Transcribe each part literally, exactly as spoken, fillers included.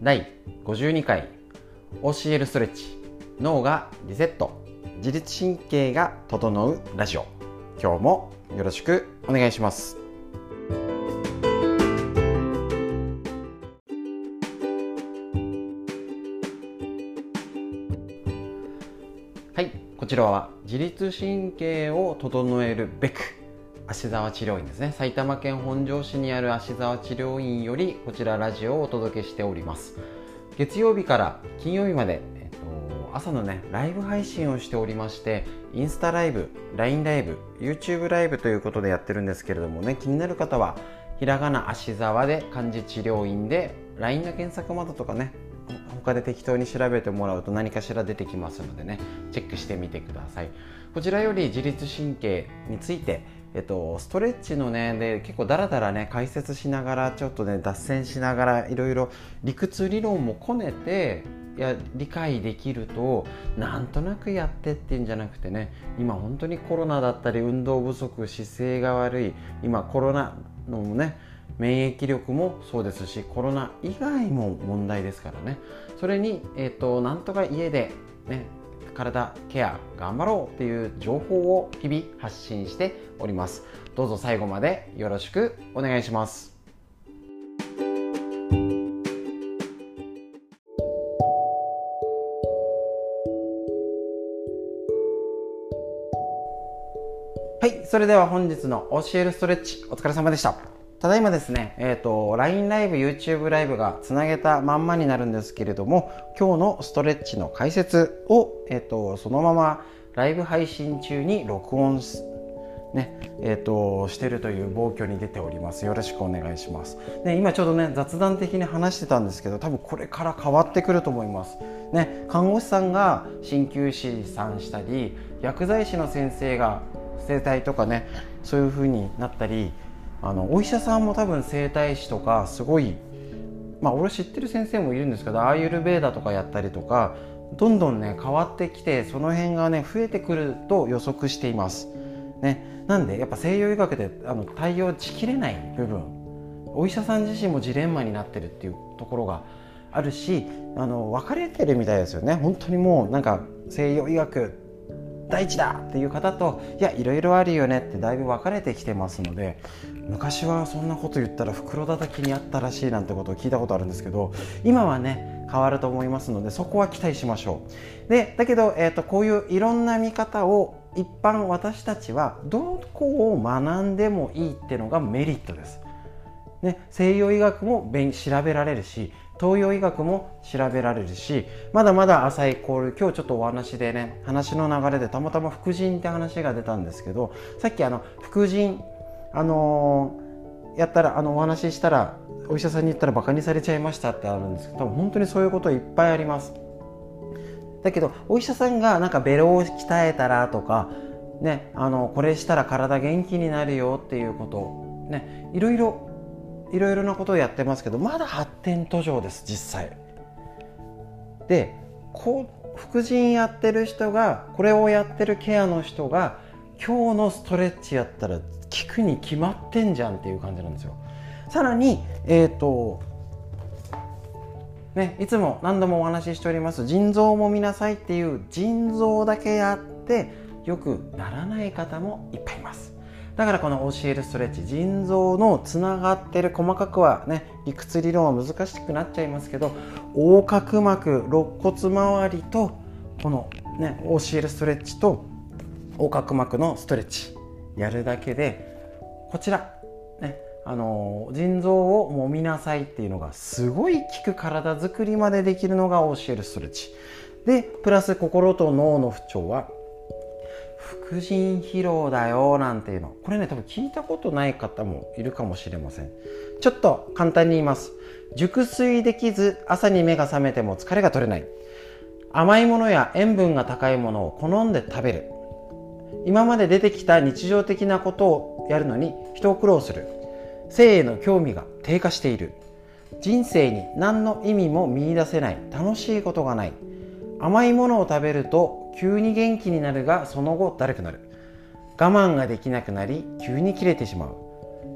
だいごじゅうにかい オーシーエル ストレッチ、脳がリセット、自律神経が整うラジオ。今日もよろしくお願いします。はい、こちらは自律神経を整えるべく芦沢治療院ですね、埼玉県本庄市にある芦沢治療院よりこちらラジオをお届けしております。月曜日から金曜日まで、えっと、朝のねライブ配信をしておりまして、インスタライブ、ライン ライブ、YouTube ライブということでやってるんですけれどもね、気になる方はひらがな芦沢で漢字治療院で ライン の検索窓とかね、他で適当に調べてもらうと何かしら出てきますのでね、チェックしてみてください。こちらより自律神経について、えっと、ストレッチのねで結構ダラダラね解説しながら、ちょっとね脱線しながらいろいろ理屈理論もこねていや理解できると、なんとなくやってっていうんじゃなくてね、今本当にコロナだったり運動不足、姿勢が悪い、今コロナのね免疫力もそうですし、コロナ以外も問題ですからね。それに、えーと、なんとか家で、ね、体ケア頑張ろうっていう情報を日々発信しております。どうぞ最後までよろしくお願いします。はい、それでは本日の教えるストレッチお疲れ様でした。ただいまですね、えーと、ライン ライブ、YouTube ライブがつなげたまんまになるんですけれども、今日のストレッチの解説を、えーと、そのままライブ配信中に録音し、ねえーと、してるという暴挙に出ております。よろしくお願いします。ね、今ちょうどね雑談的に話してたんですけど、多分これから変わってくると思います。ね、看護師さんが鍼灸師さんしたり、薬剤師の先生が整体とかね、そういう風になったり、あのお医者さんも多分整体師とかすごい、まあ俺知ってる先生もいるんですけど、アーユルヴェーダとかやったりとか、どんどんね変わってきて、その辺がね増えてくると予測していますね。なんでやっぱ西洋医学であの対応しきれない部分、お医者さん自身もジレンマになってるっていうところがあるし、あの分かれてるみたいですよね。本当にもうなんか西洋医学第一だっていう方と、いやいろいろあるよねってだいぶ分かれてきてますので、昔はそんなこと言ったら袋叩きにあったらしいなんてことを聞いたことあるんですけど、今はね変わると思いますので、そこは期待しましょう。でだけど、えーと、こういういろんな見方を一般私たちはどこを学んでもいいっていうのがメリットです、ね、西洋医学も調べられるし、東洋医学も調べられるし、まだまだ浅い交流。今日ちょっとお話でね、話の流れでたまたま副腎って話が出たんですけど、さっきあの副腎あのー、やったらあのお話ししたら、お医者さんに言ったらバカにされちゃいましたってあるんですけど、多分本当にそういうこといっぱいあります。だけどお医者さんがなんかベロを鍛えたらとかね、あのこれしたら体元気になるよっていうことね、いろいろいろいろなことをやってますけど、まだ発展途上です実際で。こう副腎やってる人が、これをやってるケアの人が、今日のストレッチやったら効くに決まってんじゃんっていう感じなんですよ。さらにえっとね、いつも何度もお話ししております腎臓も見なさいっていう、腎臓だけやってよくならない方もいっぱいいます。だからこの教えるストレッチ、腎臓のつながってる、細かくはね理屈理論は難しくなっちゃいますけど、横隔膜、肋骨周りとこのね教えるストレッチと横隔膜のストレッチやるだけで、こちらね、あの腎臓を揉みなさいっていうのがすごい効く体づくりまでできるのが教えるストレッチで、プラス心と脳の不調は副腎疲労だよなんていうの、これね多分聞いたことない方もいるかもしれません。ちょっと簡単に言います。熟睡できず、朝に目が覚めても疲れが取れない、甘いものや塩分が高いものを好んで食べる、今まで出てきた日常的なことをやるのに一苦労する、性への興味が低下している、人生に何の意味も見出せない、楽しいことがない、甘いものを食べると急に元気になるがその後だるくなる、我慢ができなくなり急に切れてしまう、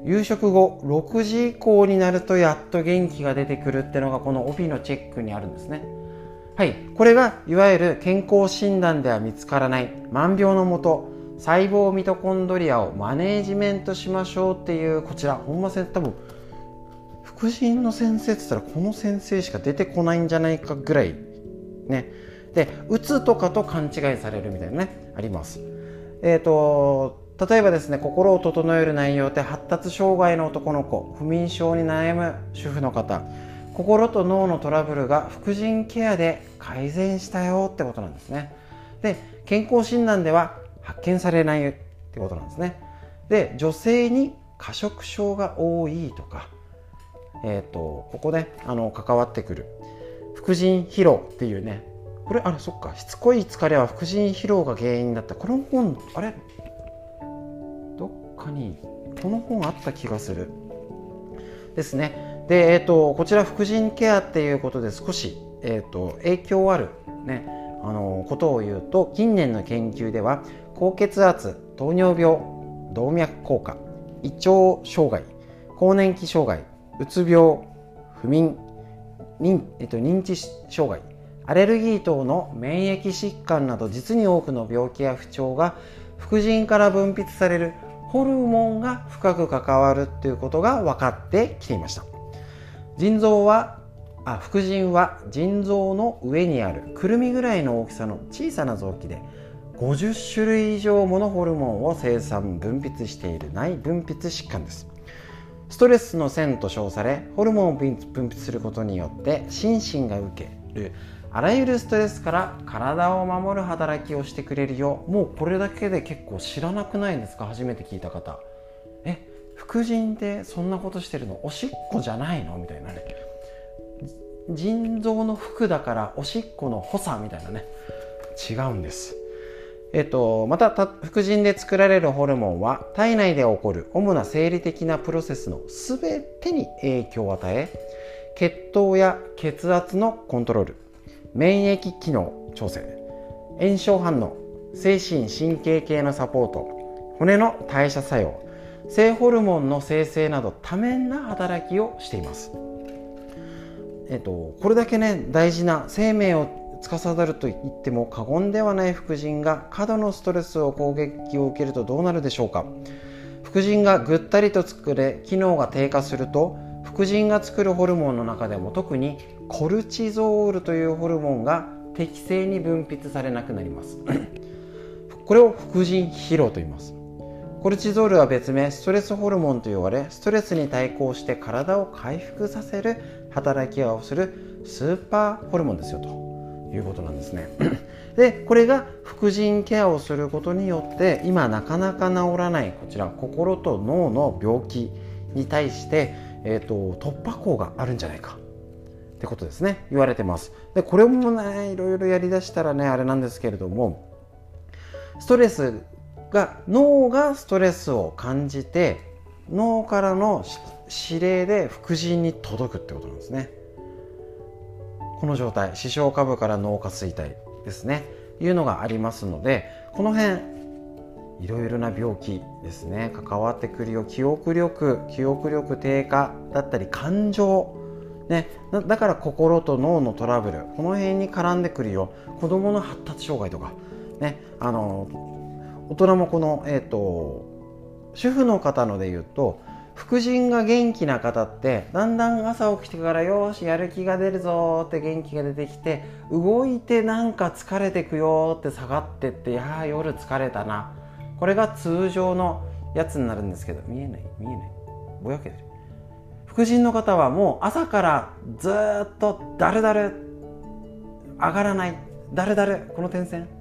夕食後ろくじ以降になるとやっと元気が出てくるっていうのがこの帯のチェックにあるんですね。はい、これがいわゆる健康診断では見つからない万病のもと、細胞ミトコンドリアをマネージメントしましょうっていう、こちら本間先生、多分副腎の先生って言ったらこの先生しか出てこないんじゃないかぐらいね。で、うつとかと勘違いされるみたいなね、あります。えっと例えばですね、心を整える内容って発達障害の男の子、不眠症に悩む主婦の方、心と脳のトラブルが副腎ケアで改善したよってことなんですね。で、健康診断では発見されないってことなんですね。で、女性に過食症が多いとか、えっとここね、あの関わってくる副腎疲労っていうね、これあれそっか、しつこい疲れは副腎疲労が原因だった。この本あれどっかにこの本あった気がするですね。で、えー、とこちら副腎ケアっていうことで少し、えー、と影響ある、ね、あのことを言うと、近年の研究では高血圧、糖尿病、動脈硬化、胃腸障害、更年期障害、うつ病、不眠、認、えー、と認知障害、アレルギー等の免疫疾患など実に多くの病気や不調が副腎から分泌されるホルモンが深く関わるということが分かってきていました。腎臓はあ副腎は腎臓の上にあるくるみぐらいの大きさの小さな臓器でごじゅっしゅるい以上ものホルモンを生産分泌している内分泌疾患です。ストレスの線と称され、ホルモンを分泌することによって心身が受けるあらゆるストレスから体を守る働きをしてくれるよ。もうこれだけで結構知らなくないですか？初めて聞いた方。え、副腎ってそんなことしてるの？おしっこじゃないの？みたいなね。腎臓の服だからおしっこの補佐みたいなね。違うんです。えっと、また副腎で作られるホルモンは体内で起こる主な生理的なプロセスのすべてに影響を与え、血糖や血圧のコントロール、免疫機能調整、炎症反応、精神神経系のサポート、骨の代謝作用、性ホルモンの生成など多面な働きをしています。えっと、これだけね、大事な生命を司ると言っても過言ではない副腎が過度のストレスを攻撃を受けるとどうなるでしょうか。副腎がぐったりと作れ、機能が低下すると、副腎が作るホルモンの中でも特にコルチゾールというホルモンが適正に分泌されなくなりますこれを副腎疲労と言います。コルチゾールは別名ストレスホルモンと呼ばれ、ストレスに対抗して体を回復させる働きをするスーパーホルモンですよということなんですねで、これが副腎ケアをすることによって今なかなか治らないこちら心と脳の病気に対してえー、と突破口があるんじゃないかってことですね、言われてます。で、これもね、いろいろやりだしたらね、あれなんですけれども、ストレスが脳がストレスを感じて脳からの指令で副腎に届くってことなんですね。この状態、視床下部から脳下垂体ですね、いうのがありますので、この辺いろいろな病気ですね、関わってくるよ。記憶力、記憶力低下だったり感情、ね、だから心と脳のトラブル、この辺に絡んでくるよ。子どもの発達障害とか、ね、あの大人もこの、えーと、主婦の方ので言うと、副腎が元気な方ってだんだん朝起きてからよしやる気が出るぞって元気が出てきて、動いてなんか疲れてくよって下がってって、いやー夜疲れたな、これが通常のやつになるんですけど、見えない見えないぼやけてる。副腎の方はもう朝からずっとだるだる上がらない、だるだる、この点線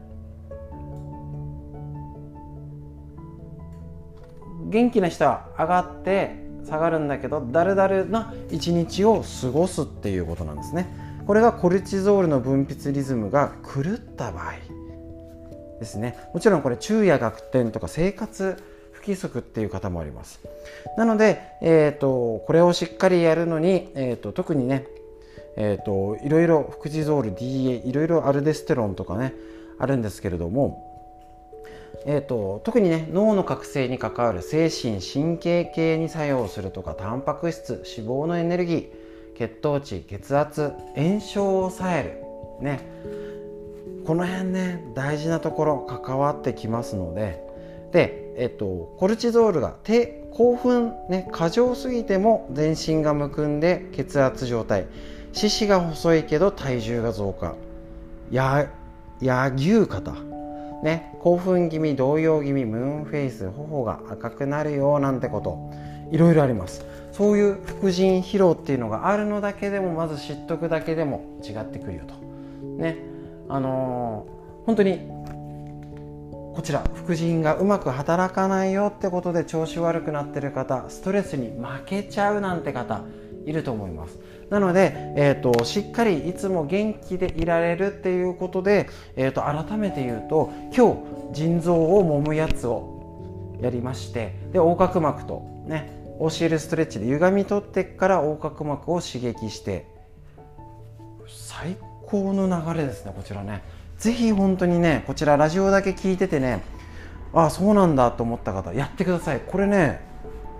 元気な人は上がって下がるんだけど、だるだるな一日を過ごすっていうことなんですね。これがコルチゾールの分泌リズムが狂った場合ですね。もちろんこれ昼夜逆転とか生活不規則っていう方もあります。なので、えー、とこれをしっかりやるのに、えー、と特にね、えー、といろいろ副チゾール ディーエー いろいろアルデステロンとかねあるんですけれども、 えーと、特にね脳の覚醒に関わる精神神経系に作用するとか、タンパク質、脂肪のエネルギー、血糖値、血圧、炎症を抑えるね、この辺ね大事なところ関わってきますので、で、えーと、コルチゾールが低興奮ね過剰すぎても全身がむくんで血圧状態、四肢が細いけど体重が増加、や野牛肩ね、興奮気味、動揺気味、ムーンフェイス、頬が赤くなるよなんてこと、いろいろあります。そういう副腎疲労っていうのがあるのだけでも、まず知っとくだけでも違ってくるよとね、あのー、本当にこちら副腎がうまく働かないよってことで調子悪くなってる方、ストレスに負けちゃうなんて方いると思います。なので、えーと、しっかりいつも元気でいられるっていうことで、えーと、改めて言うと、今日腎臓を揉むやつをやりまして、で横隔膜とね オーシーエル ストレッチで歪み取ってから横隔膜を刺激して、最高の流れですね。こちらね、ぜひ本当にね、こちらラジオだけ聞いててね、ああそうなんだと思った方やってください。これね、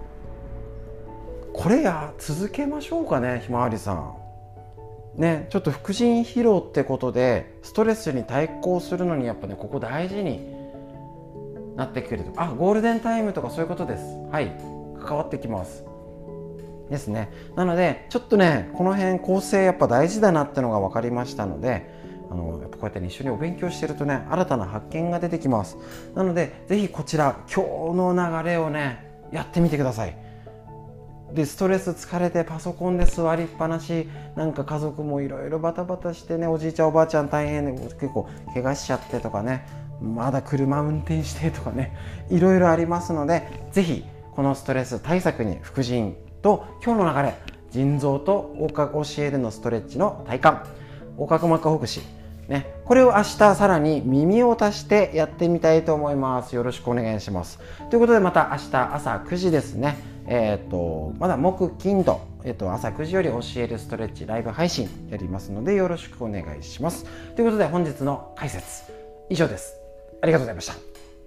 これや続けましょうかね、ひまわりさんね。ちょっと副腎疲労ってことでストレスに対抗するのにやっぱね、ここ大事になってくると、あ、ゴールデンタイムとかそういうことです。はい、関わってきますですね。なのでちょっとね、この辺構成やっぱ大事だなってのが分かりましたので、あのやっぱこうやって、ね、一緒にお勉強してるとね、新たな発見が出てきます。なのでぜひこちら今日の流れをねやってみてください。でストレス疲れてパソコンで座りっぱなし、なんか家族もいろいろバタバタしてね、おじいちゃんおばあちゃん大変で、結構怪我しちゃってとかね、まだ車運転してとかね、いろいろありますので、ぜひこのストレス対策に副腎と今日の流れ、腎臓と横隔 オーシーエル のストレッチの体幹、横隔膜ほぐしね、これを明日さらに耳を足してやってみたいと思います。よろしくお願いします。ということで、また明日朝くじですね。えー、とまだ木金と、えー、と朝くじより教えるストレッチライブ配信やりますので、よろしくお願いします。ということで、本日の解説以上です。ありがとうございました。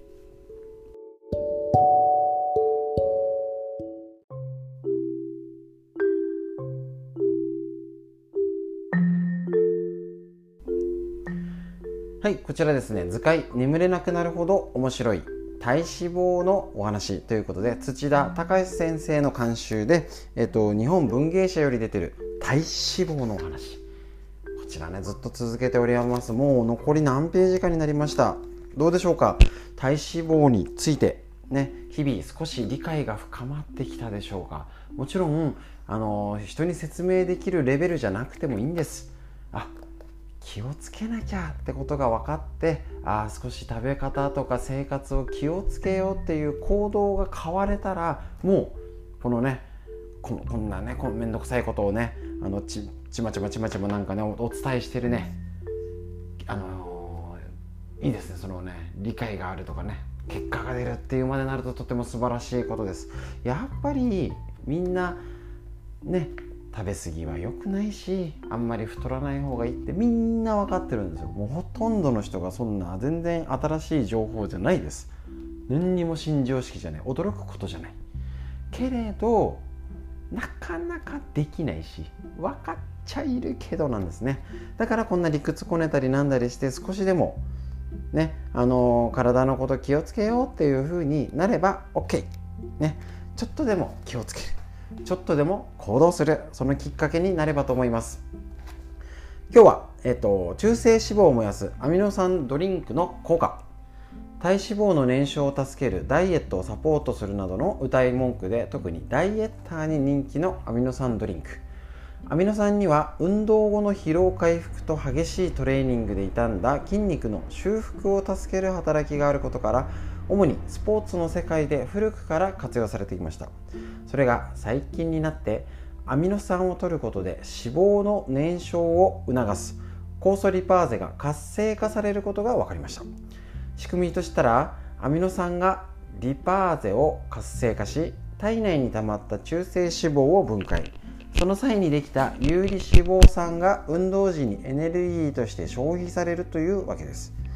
はい、こちらですね、図解眠れなくなるほど面白い体脂肪のお話ということで、土田隆先生の監修で、えっと、日本文芸社より出てる体脂肪のお話、こちらねずっと続けております。もう残り何ページかになりました。どうでしょうか。体脂肪についてね、日々少し理解が深まってきたでしょうか。もちろんあの人に説明できるレベルじゃなくてもいいんです。あ、気をつけなきゃってことが分かって、あ少し食べ方とか生活を気をつけようっていう行動が変われたら、もうこのね こ, こんなねこのめんどくさいことをね、あの ち, ちまちまちまちまなんかね お, お伝えしてるね、あのー、いいですね。そのね理解があるとかね、結果が出るっていうまでなるととても素晴らしいことです。やっぱりみんなね、食べ過ぎは良くないし、あんまり太らない方がいいってみんな分かってるんですよ。もうほとんどの人がそんな全然新しい情報じゃないです。何にも新常識じゃない、驚くことじゃないけれど、なかなかできないし、分かっちゃいるけどなんですね。だからこんな理屈こねたりなんだりして、少しでもね、あのー、体のこと気をつけようっていう風になれば OK ね、ちょっとでも気をつける、ちょっとでも行動する、そのきっかけになればと思います。今日は、えっと、中性脂肪を燃やすアミノ酸ドリンクの効果、体脂肪の燃焼を助けるダイエットをサポートするなどの謳い文句で、特にダイエッターに人気のアミノ酸ドリンク。アミノ酸には運動後の疲労回復と激しいトレーニングで傷んだ筋肉の修復を助ける働きがあることから、主にスポーツの世界で古くから活用されてきました。それが最近になってアミノ酸を摂ることで脂肪の燃焼を促す酵素リパーゼが活性化されることが分かりました。仕組みとしたら、アミノ酸がリパーゼを活性化し、体内に溜まった中性脂肪を分解、その際にできた有利脂肪酸が運動時にエネルギーとして消費されるというわけです。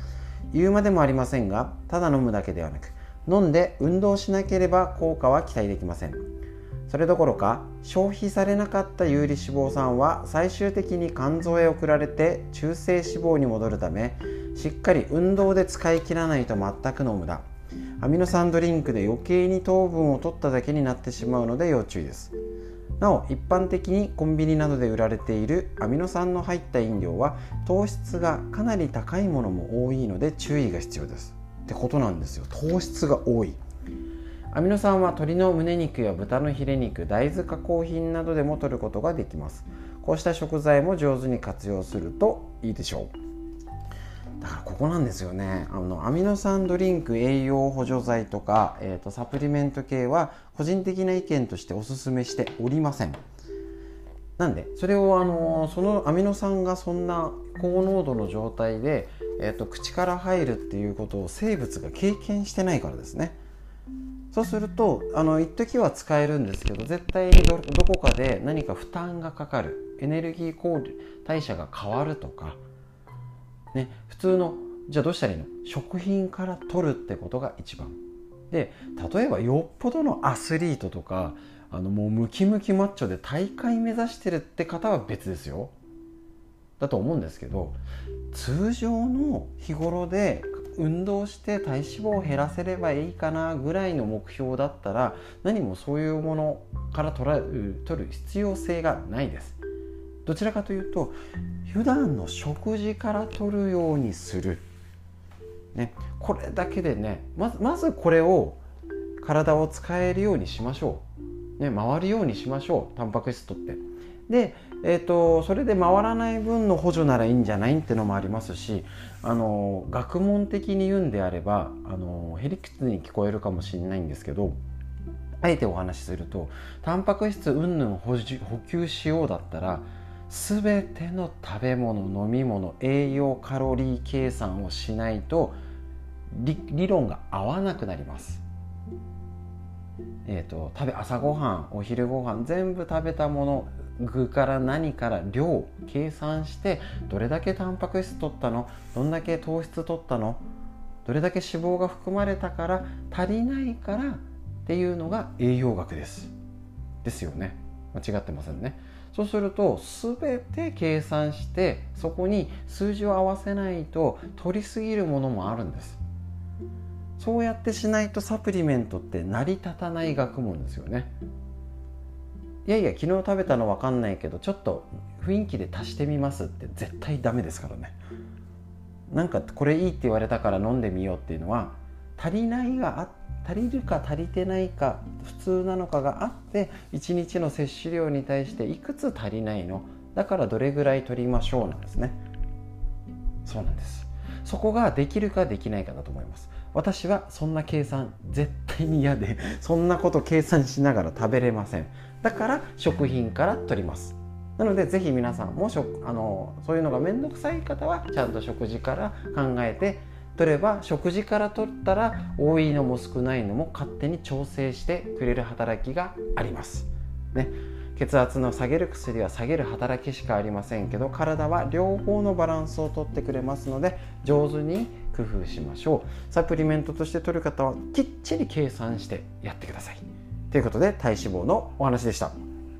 言うまでもありませんが、ただ飲むだけではなく、飲んで運動しなければ効果は期待できません。それどころか、消費されなかった有利脂肪酸は最終的に肝臓へ送られて中性脂肪に戻るため、しっかり運動で使い切らないと全くの無駄。アミノ酸ドリンクで余計に糖分を取っただけになってしまうので要注意です。なお、一般的にコンビニなどで売られているアミノ酸の入った飲料は糖質がかなり高いものも多いので注意が必要ですってことなんですよ。糖質が多い。アミノ酸は鶏の胸肉や豚のヒレ肉、大豆加工品などでも摂ることができます。こうした食材も上手に活用するといいでしょう。だからここなんですよね。あのアミノ酸ドリンク、栄養補助剤とか、えーと、サプリメント系は個人的な意見としてお勧めしておりません。なんでそれをあのそのアミノ酸がそんな高濃度の状態で、えーと、口から入るっていうことを生物が経験してないからですね。そうするとあの一時は使えるんですけど、絶対に ど, どこかで何か負担がかかる、エネルギー代謝が変わるとか、ね、普通のじゃあどうしたらいいの、食品から取るってことが一番で、例えばよっぽどのアスリートとか、あのもうムキムキマッチョで大会目指してるって方は別ですよ、だと思うんですけど、通常の日頃で運動して体脂肪を減らせればいいかなぐらいの目標だったら、何もそういうものから取ら取る必要性がないです。どちらかというと普段の食事から取るようにする、ね、これだけでね、まず、まずこれを体を使えるようにしましょう、ね、回るようにしましょう、タンパク質とってで、えーと、それで回らない分の補助ならいいんじゃないってのもありますし、あの学問的に言うんであれば、あのへりくつに聞こえるかもしれないんですけど、あえてお話しすると、タンパク質云々補給しようだったら、すべての食べ物、飲み物、栄養カロリー計算をしないと 理, 理論が合わなくなります。えーと、食べ朝ごはん、お昼ごはん、全部食べたもの、具から何から量計算して、どれだけタンパク質取ったの、どんだけ糖質取ったの、どれだけ脂肪が含まれたから足りないからっていうのが栄養学ですですよね。間違ってませんね。そうすると全て計算して、そこに数字を合わせないと取りすぎるものもあるんです。そうやってしないとサプリメントって成り立たない学問ですよね。いやいや昨日食べたの分かんないけどちょっと雰囲気で足してみますって絶対ダメですからね。なんかこれいいって言われたから飲んでみようっていうのは、足りないがあ足りるか足りてないか普通なのかがあって、いちにちの摂取量に対していくつ足りないの、だからどれぐらい取りましょうなんですね。そうなんです。そこができるかできないかだと思います。私はそんな計算絶対に嫌で、そんなこと計算しながら食べれません。だから食品から取ります。なのでぜひ皆さんも食あのそういうのがめんどくさい方はちゃんと食事から考えて取れば、食事から取ったら多いのも少ないのも勝手に調整してくれる働きがあります、ね、血圧の下げる薬は下げる働きしかありませんけど、体は両方のバランスをとってくれますので、上手に工夫しましょう。サプリメントとして取る方はきっちり計算してやってくださいということで、体脂肪のお話でした。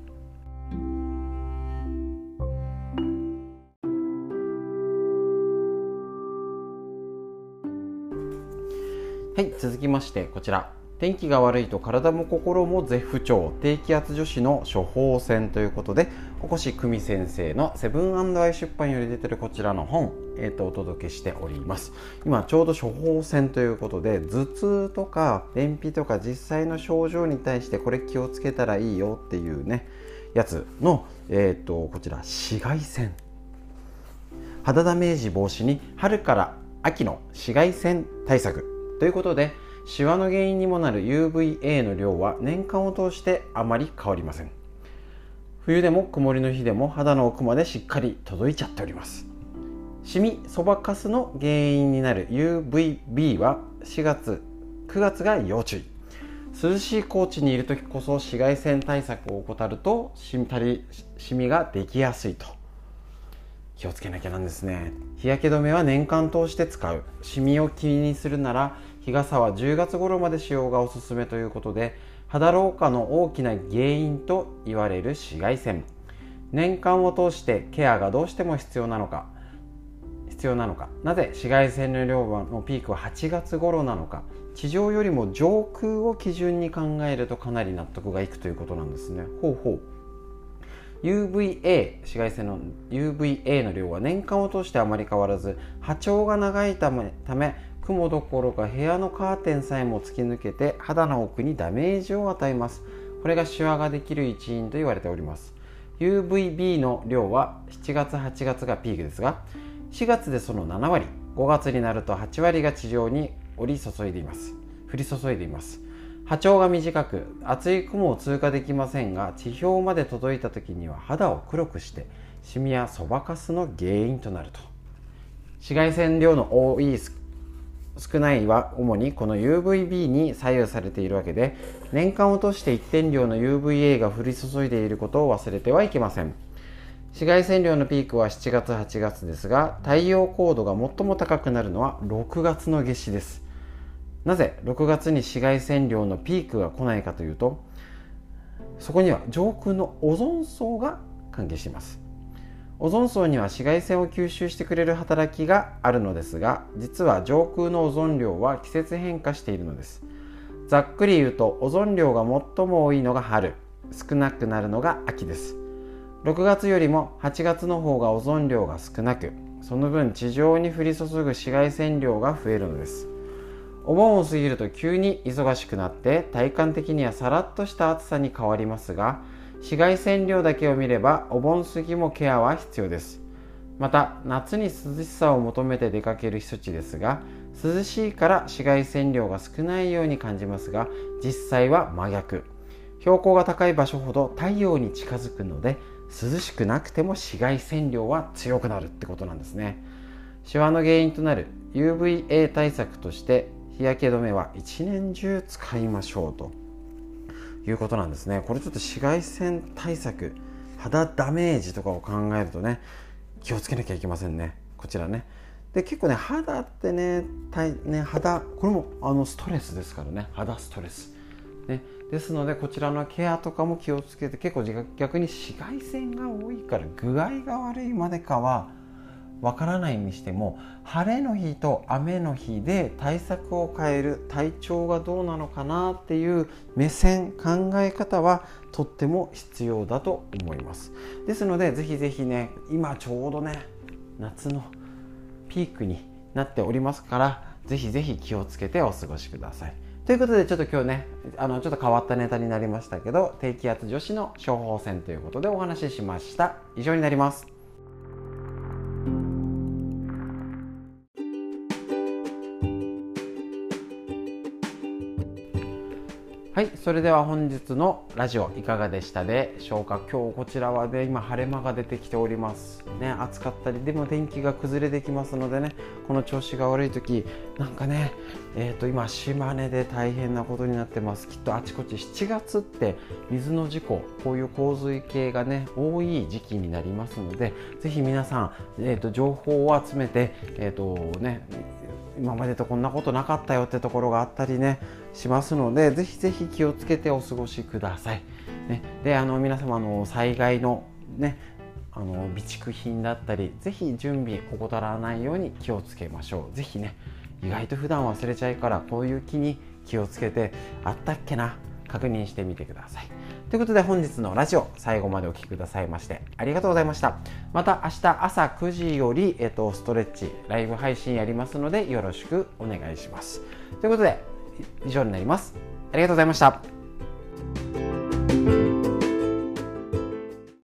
はい、続きましてこちら、天気が悪いと体も心も絶不調、低気圧女子の処方箋ということで、お越久美先生のセブン&アイ出版より出てるこちらの本、えー、とお届けしております。今ちょうど処方箋ということで、頭痛とか便秘とか実際の症状に対してこれ気をつけたらいいよっていうねやつの、えー、とこちら紫外線、肌ダメージ防止に春から秋の紫外線対策ということで、シワの原因にもなる ユーブイエー の量は年間を通してあまり変わりません。冬でも曇りの日でも肌の奥までしっかり届いちゃっております。シミ、そばかすの原因になる ユーブイビー はしがつ、くがつが要注意。涼しい高地にいる時こそ紫外線対策を怠るとシミ、シミができやすいと。 気をつけなきゃなんですね。日焼け止めは年間通して使う。シミを気にするなら日傘はじゅうがつ頃まで使用がおすすめということで、肌老化の大きな原因と言われる紫外線、年間を通してケアがどうしても必要なのか必要なのかなぜ紫外線の量のピークははちがつ頃なのか、地上よりも上空を基準に考えるとかなり納得がいくということなんですね。ほうほう。ユーブイエー 紫外線の ユーブイエー の量は年間を通してあまり変わらず、波長が長いためため雲どころか部屋のカーテンさえも突き抜けて肌の奥にダメージを与えます。これがシワができる一因と言われております。 ユーブイビー の量はしちがつはちがつがピークですが、しがつでそのななわり、ごがつになるとはちわりが地上に降り注いでいます降り注いでいます。波長が短く厚い雲を通過できませんが、地表まで届いた時には肌を黒くしてシミやそばかすの原因となると。紫外線量の多い少ないは主にこの ユーブイビー に左右されているわけで、年間を通して一定量の ユーブイエー が降り注いでいることを忘れてはいけません。紫外線量のピークはしちがつはちがつですが、太陽高度が最も高くなるのはろくがつの夏至です。なぜろくがつに紫外線量のピークが来ないかというと、そこには上空のオゾン層が関係しています。オゾン層には紫外線を吸収してくれる働きがあるのですが、実は上空のオゾン量は季節変化しているのです。ざっくり言うと、オゾン量が最も多いのが春、少なくなるのが秋です。ろくがつよりもはちがつの方がオゾン量が少なく、その分地上に降り注ぐ紫外線量が増えるのです。お盆を過ぎると急に忙しくなって体感的にはさらっとした暑さに変わりますが、紫外線量だけを見ればお盆過ぎもケアは必要です。また夏に涼しさを求めて出かける避暑地ですが、涼しいから紫外線量が少ないように感じますが、実際は真逆。標高が高い場所ほど太陽に近づくので、涼しくなくても紫外線量は強くなるってことなんですね。シワの原因となる ユーブイエー 対策として日焼け止めは一年中使いましょうということなんですね。これちょっと紫外線対策、肌ダメージとかを考えるとね、気をつけなきゃいけませんね。こちらね。で結構ね、肌ってね、ね肌これもあのストレスですからね、肌ストレス、ね、ですのでこちらのケアとかも気をつけて、結構逆に紫外線が多いから具合が悪いまでかはわからないにしても、晴れの日と雨の日で対策を変える、体調がどうなのかなっていう目線、考え方はとっても必要だと思います。ですのでぜひぜひね、今ちょうどね夏のピークになっておりますから、ぜひぜひ気をつけてお過ごしください。ということでちょっと今日ね、あのちょっと変わったネタになりましたけど、低気圧女子の処方箋ということでお話ししました。以上になります。はい、それでは本日のラジオいかがでしたでしょうか。今日こちらはね、今晴れ間が出てきておりますね。暑かったりでも天気が崩れてきますのでね、この調子が悪い時なんかね、えーと今島根で大変なことになってます。きっとあちこちしちがつって水の事故、こういう洪水系がね多い時期になりますので、ぜひ皆さん、えーと情報を集めて、えーとね今までとこんなことなかったよってところがあったりねしますので、ぜひぜひ気をつけてお過ごしください、ね、であの皆様の災害のねあの備蓄品だったり、ぜひ準備怠らないように気をつけましょう。ぜひね、意外と普段忘れちゃうから、こういう気に気をつけて、あったっけな確認してみてください。ということで本日のラジオ最後までお聞きくださいましてありがとうございました。また明日朝くじより、えっと、ストレッチライブ配信やりますのでよろしくお願いします。ということで以上になります。ありがとうございました。